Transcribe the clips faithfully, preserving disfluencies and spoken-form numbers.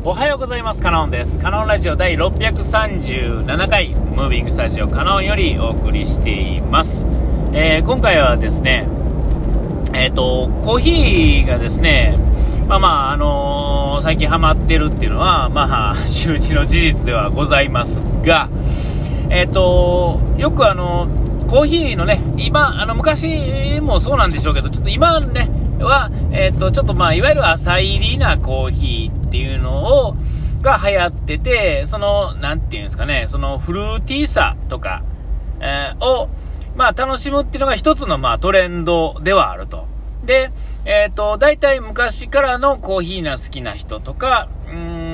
おはようございます。カノンです。カノンラジオだいろっぴゃくさんじゅうななかいムービングスタジオカノンよりお送りしています。えー、今回はですねえっ、ー、とコーヒーがですねまあまああのー、最近ハマってるっていうのはまあ周知の事実ではございますが、えっ、ー、とよくあのコーヒーのね今あの昔もそうなんでしょうけどちょっと今ねはえっ、ー、とちょっとまあいわゆる浅入りなコーヒーっていうのをが流行ってて、そのなんていうんですかね、そのフルーティーさとか、えー、をまあ楽しむっていうのが一つのまあトレンドではあると。で、えっと大体昔からのコーヒーが好きな人とか、うー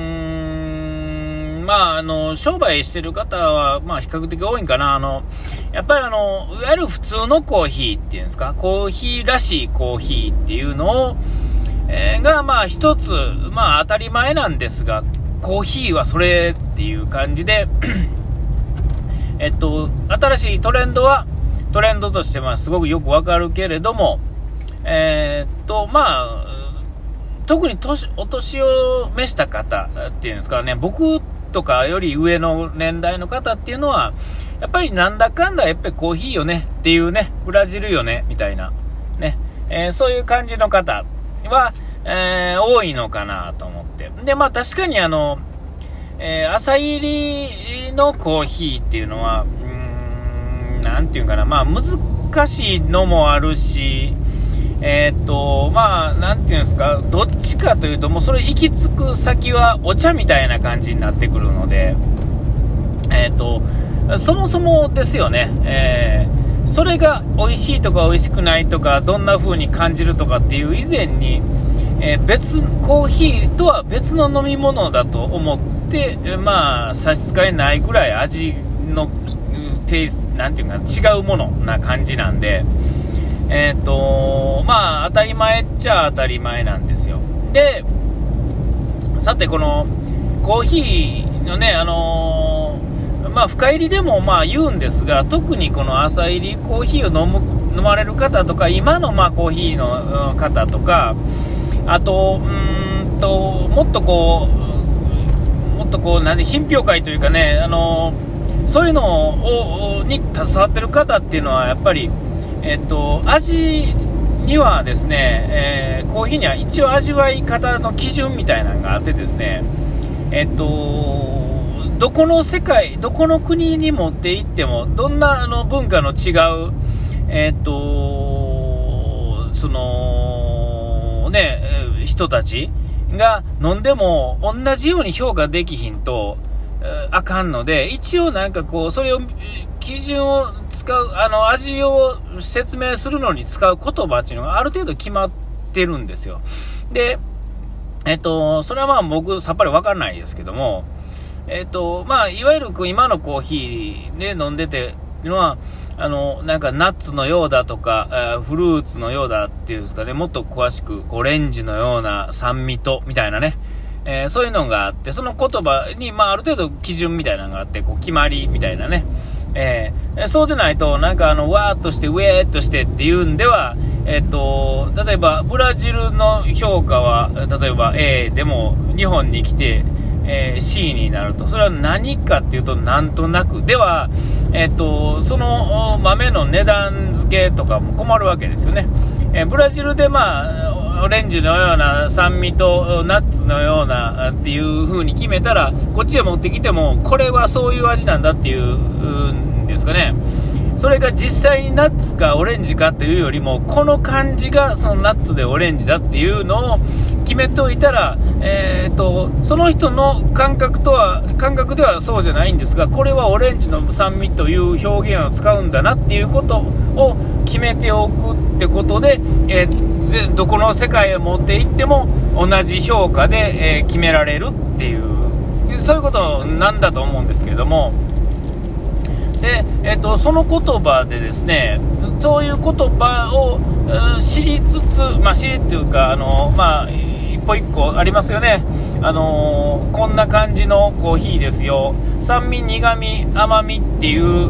んまああの商売してる方はまあ比較的多いんかな。あのやっぱりあのいわゆる普通のコーヒーっていうんですか、コーヒーらしいコーヒーっていうのをえー、がまあ一つまあ当たり前なんですが、コーヒーはそれっていう感じでえっと新しいトレンドはトレンドとしてまあすごくよくわかるけれども、えー、っとまあ特に年お年を召した方っていうんですかね、僕とかより上の年代の方っていうのはやっぱりなんだかんだやっぱりコーヒーよねっていうね、ブラジルよねみたいなね、えー、そういう感じの方は、えー、多いのかなと思って。でまあ確かにあの、えー、浅入りのコーヒーっていうのはうーんなんていうかな、まあ難しいのもあるし、えー、っとまあなんていうんですか、どっちかというともうそれ行き着く先はお茶みたいな感じになってくるので、えー、っとそもそもですよね、えーそれが美味しいとか美味しくないとかどんな風に感じるとかっていう以前に、えー、別コーヒーとは別の飲み物だと思ってまあ差し支えないぐらい味のテイストなんていうか違うものな感じなんで、えーとまあ当たり前っちゃ当たり前なんですよ。でさてこのコーヒーのねあのーまあ、深入りでもまあ言うんですが、特にこの浅入りコーヒーを飲む飲まれる方とか今のまあコーヒーの方とか、あとうーんともっとこうもっとこうなんで品評会というかね、あのそういうのをに携わってる方っていうのはやっぱり、えっと、味にはですね、えー、コーヒーには一応味わい方の基準みたいなのがあってですね、えっとどこの世界どこの国に持って行ってもどんなあの文化の違うえっとそのね人たちが飲んでも同じように評価できひんとあかんので、一応なんかこうそれを基準を使うあの味を説明するのに使う言葉っていうのがある程度決まってるんですよ。でえっとそれはまあ僕さっぱり分からないですけども、えっとまあ、いわゆる今のコーヒーで飲んでてのはあのなんかナッツのようだとかフルーツのようだっていうんですかね、もっと詳しくオレンジのような酸味とみたいなね、えー、そういうのがあって、その言葉に、まあ、ある程度基準みたいなのがあってこう決まりみたいなね、えー、そうでないとなんかあのわーっとしてウェーっとしてっていうんでは、えっと例えばブラジルの評価は例えば A でも日本に来てえー、C になると、それは何かっていうとなんとなくでは、えー、とその豆の値段付けとかも困るわけですよね。えー、ブラジルでまあオレンジのような酸味とナッツのようなっていう風に決めたらこっちへ持ってきてもこれはそういう味なんだっていうんですかね。それが実際にナッツかオレンジかっていうよりもこの感じがそのナッツでオレンジだっていうのを決めておいたら、えー、とその人の感覚とは感覚ではそうじゃないんですが、これはオレンジの酸味という表現を使うんだなっていうことを決めておくってことで、えー、どこの世界へ持っていっても同じ評価で、えー、決められるっていうそういうことなんだと思うんですけれども、で、えー、とその言葉でですね、そういう言葉を知りつつ、まあ、知りっていうかあの、まあ、一歩一個ありますよね。あのこんな感じのコーヒーですよ、酸味苦味甘みっていう、う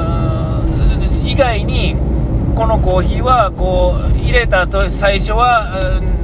ー以外にこのコーヒーはこう入れたと最初は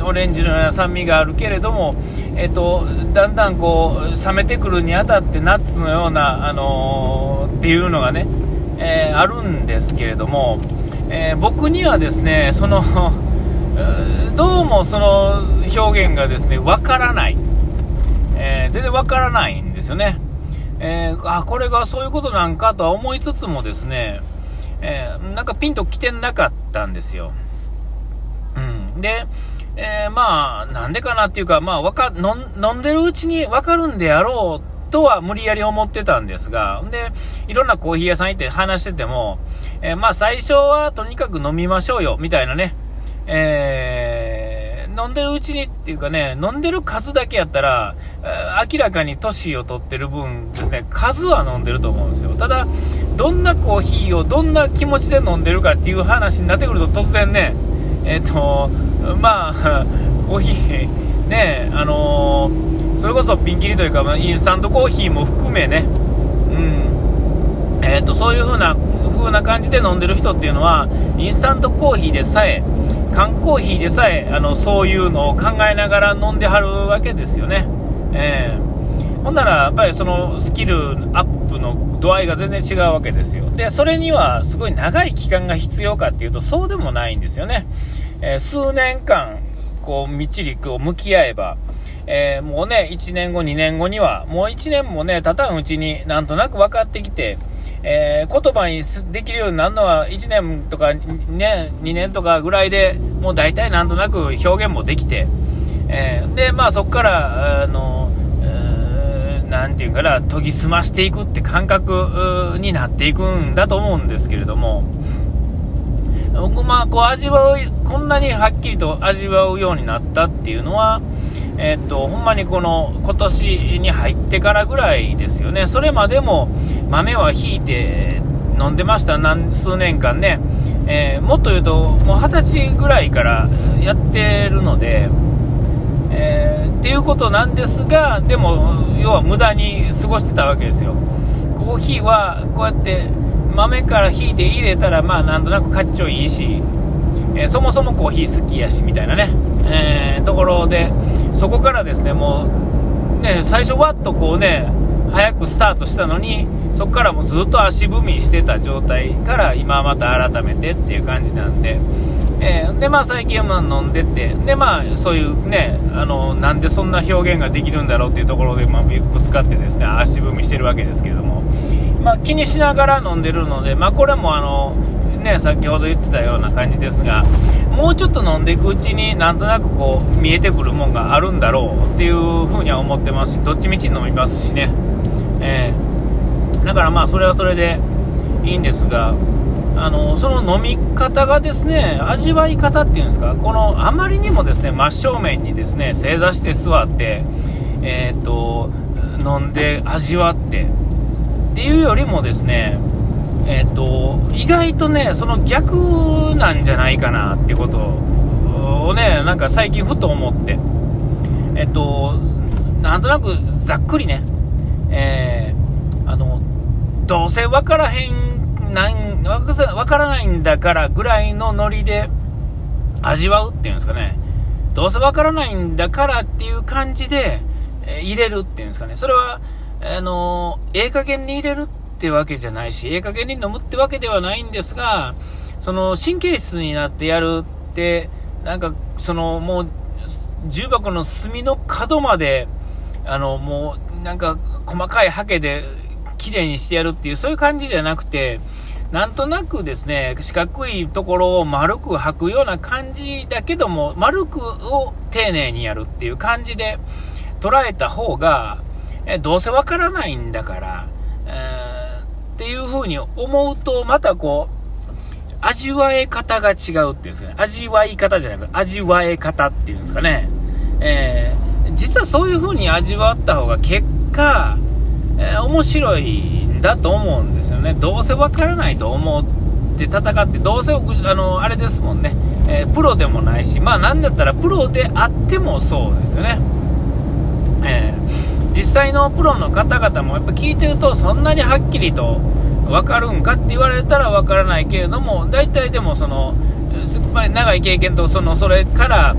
オレンジのような酸味があるけれども、えっと、だんだんこう冷めてくるにあたってナッツのような、あのー、っていうのがね、えー、あるんですけれども、えー、僕にはですねそのどうもその表現がですねわからない、えー、全然わからないんですよね。えー、あこれがそういうことなんかとは思いつつもですね、えー、なんかピンときてなかったんですよ。うん、で、えー、まあなんでかなっていうか、まあ、わか飲んでるうちに分かるんであろうとは無理やり思ってたんですが、でいろんなコーヒー屋さん行って話してても、えー、まあ最初はとにかく飲みましょうよみたいなね、えー、飲んでるうちにっていうかね、飲んでる数だけやったら、えー、明らかに年を取ってる分ですね、数は飲んでると思うんですよ。ただどんなコーヒーをどんな気持ちで飲んでるかっていう話になってくると、突然ね、えっとまあコーヒーね、あのー、それこそピンキリというか、まあ、インスタントコーヒーも含めね、うんえっとそういう風な風な感じで飲んでる人っていうのは、インスタントコーヒーでさえ、缶コーヒーでさえ、あのそういうのを考えながら飲んではるわけですよね。えー、ほんならやっぱりそのスキルアップの度合いが全然違うわけですよ。でそれにはすごい長い期間が必要かっていうと、そうでもないんですよね。えー、数年間こうみっちりこう向き合えば、えー、もうねいちねんごにねんごにはもういちねんもね経たんうちになんとなく分かってきて、えー、言葉にできるようになるのはいちねんとか、ね、にねんとかぐらいでもう大体なんとなく表現もできて、えー、でまあそこからあのなんていうかな、研ぎ澄ましていくって感覚になっていくんだと思うんですけれども、僕まあこう味わう、こんなにはっきりと味わうようになったっていうのは、えー、っとほんまにこの今年に入ってからぐらいですよね。それまでも豆はひいて飲んでました、何数年間ね、えー、もっと言うともうはたちぐらいからやってるので、えー、っていうことなんですが、でも要は無駄に過ごしてたわけですよ。コーヒーはこうやって豆からひいて入れたら、まあなんとなくかっちょいいし、えー、そもそもコーヒー好きやしみたいなね、えー、ところで、そこからですね、もうね最初わっとこうね早くスタートしたのに、そこからもうずっと足踏みしてた状態から今また改めてっていう感じなんで、えー、でまあ最近は飲んでて、でまあそういうね、あのなんでそんな表現ができるんだろうっていうところで、まあ、ぶつかってですね足踏みしてるわけですけれども、まあ、気にしながら飲んでるので、まあ、これもあのね先ほど言ってたような感じですが、もうちょっと飲んでいくうちになんとなくこう見えてくるもんがあるんだろうっていうふうには思ってますし、どっちみち飲みますしね、えー、だからまあそれはそれでいいんですが、あのその飲み方がですね、味わい方っていうんですか、このあまりにもですね真正面にですね正座して座って、えー、っと飲んで味わってっていうよりもですね、えー、っと意外とねその逆なんじゃないかなっていうことをね、なんか最近ふと思って、えー、っとなんとなくざっくりね、えー、あのどうせ分からへんなん分からないんだからぐらいのノリで味わうっていうんですかね、どうせ分からないんだからっていう感じで、えー、入れるっていうんですかね、それはあのー、ええ加減に入れるってわけじゃないし、ええ加減に飲むってわけではないんですが、その神経質になってやるって、なんかそのもう重箱の隅の角まであのもうなんか細かいハケで綺麗にしてやるっていう、そういう感じじゃなくて、なんとなくですね四角いところを丸く履くような感じだけども、丸くを丁寧にやるっていう感じで捉えた方が、えどうせわからないんだから、えー、っていう風に思うと、またこう味わえ方が違うっていうんですかね、味わい方じゃなくて味わえ方っていうんですかね、えー、実はそういう風に味わった方が結果、えー、面白いんだと思うんですよね。どうせわからないと思って戦って、どうせあのあれですもんね、えー、プロでもないし、まあなんだったらプロであってもそうですよね。えー実際のプロの方々もやっぱ聞いてると、そんなにはっきりと分かるんかって言われたら分からないけれども、大体でもその長い経験とそのそれから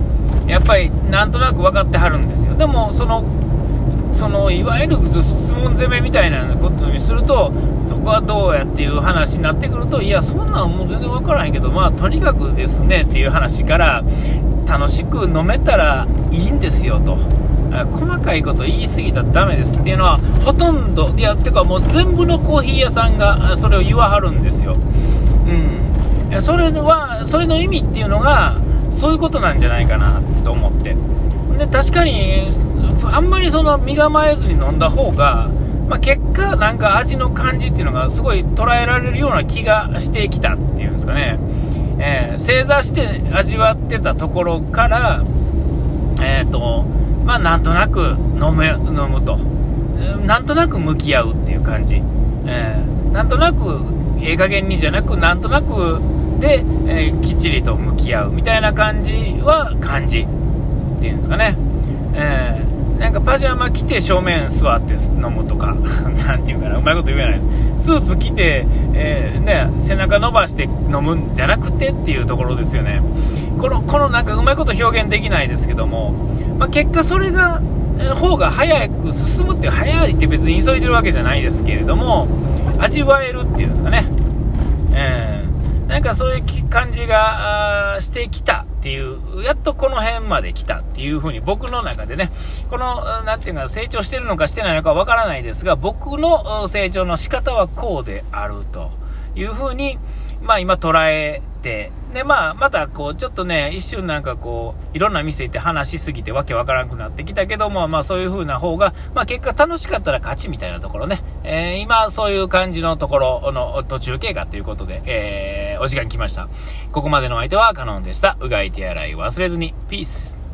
やっぱりなんとなく分かってはるんですよ。でもそのそのいわゆる質問攻めみたいなことにすると、そこはどうやっていう話になってくると、いやそんなのもう全然分からへんけど、まあとにかくですねっていう話から、楽しく飲めたらいいんですよと、細かいこと言い過ぎたらダメですっていうのはほとんど、いやてかもう全部のコーヒー屋さんがそれを言わはるんですよ。うん、それはそれの意味っていうのがそういうことなんじゃないかなと思って、で確かにあんまりその身構えずに飲んだ方が、まあ、結果なんか味の感じっていうのがすごい捉えられるような気がしてきたっていうんですかね。えー、正座して味わってたところからえっとまあなんとなく飲む、飲むと、なんとなく向き合うっていう感じ、えー、なんとなくええ加減にじゃなくなんとなくで、えー、きっちりと向き合うみたいな感じは感じっていうんですかね。えー、なんかパジャマ着て正面座って飲むとかなんていうかな、うまいこと言えないです。スーツ着て、えーね、背中伸ばして飲むんじゃなくてっていうところですよね。このこのなんかうまいこと表現できないですけども、まあ、結果それが方が早く進むって、早いって別に急いでるわけじゃないですけれども、味わえるっていうんですかね。えー、なんかそういう感じがしてきたっていう、やっとこの辺まで来たっていう風に僕の中でね、このなんていうか成長してるのかしてないのかわからないですが、僕の成長の仕方はこうであるという風に、まあ今捉えて、でまあまたこうちょっとね、一瞬なんかこういろんな店行って話しすぎてわけわからなくなってきたけども、まあそういう風な方が、まあ結果楽しかったら勝ちみたいなところね、えー、今そういう感じのところの途中経過ということで、えー、お時間来ました。ここまでの相手はカノンでした。うがい手洗い忘れずに。ピース。